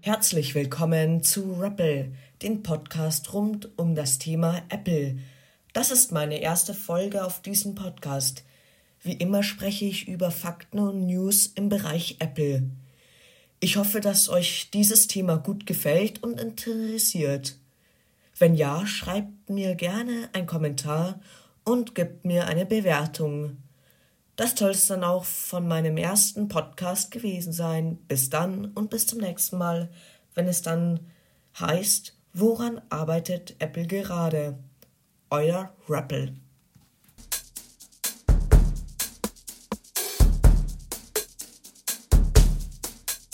Herzlich willkommen zu Rappel, den Podcast rund um das Thema Apple. Das ist meine erste Folge auf diesem Podcast. Wie immer spreche ich über Fakten und News im Bereich Apple. Ich hoffe, dass euch dieses Thema gut gefällt und interessiert. Wenn ja, schreibt mir gerne einen Kommentar und gebt mir eine Bewertung. Das soll es dann auch von meinem ersten Podcast gewesen sein. Bis dann und bis zum nächsten Mal, wenn es dann heißt, woran arbeitet Apple gerade? Euer Rappel.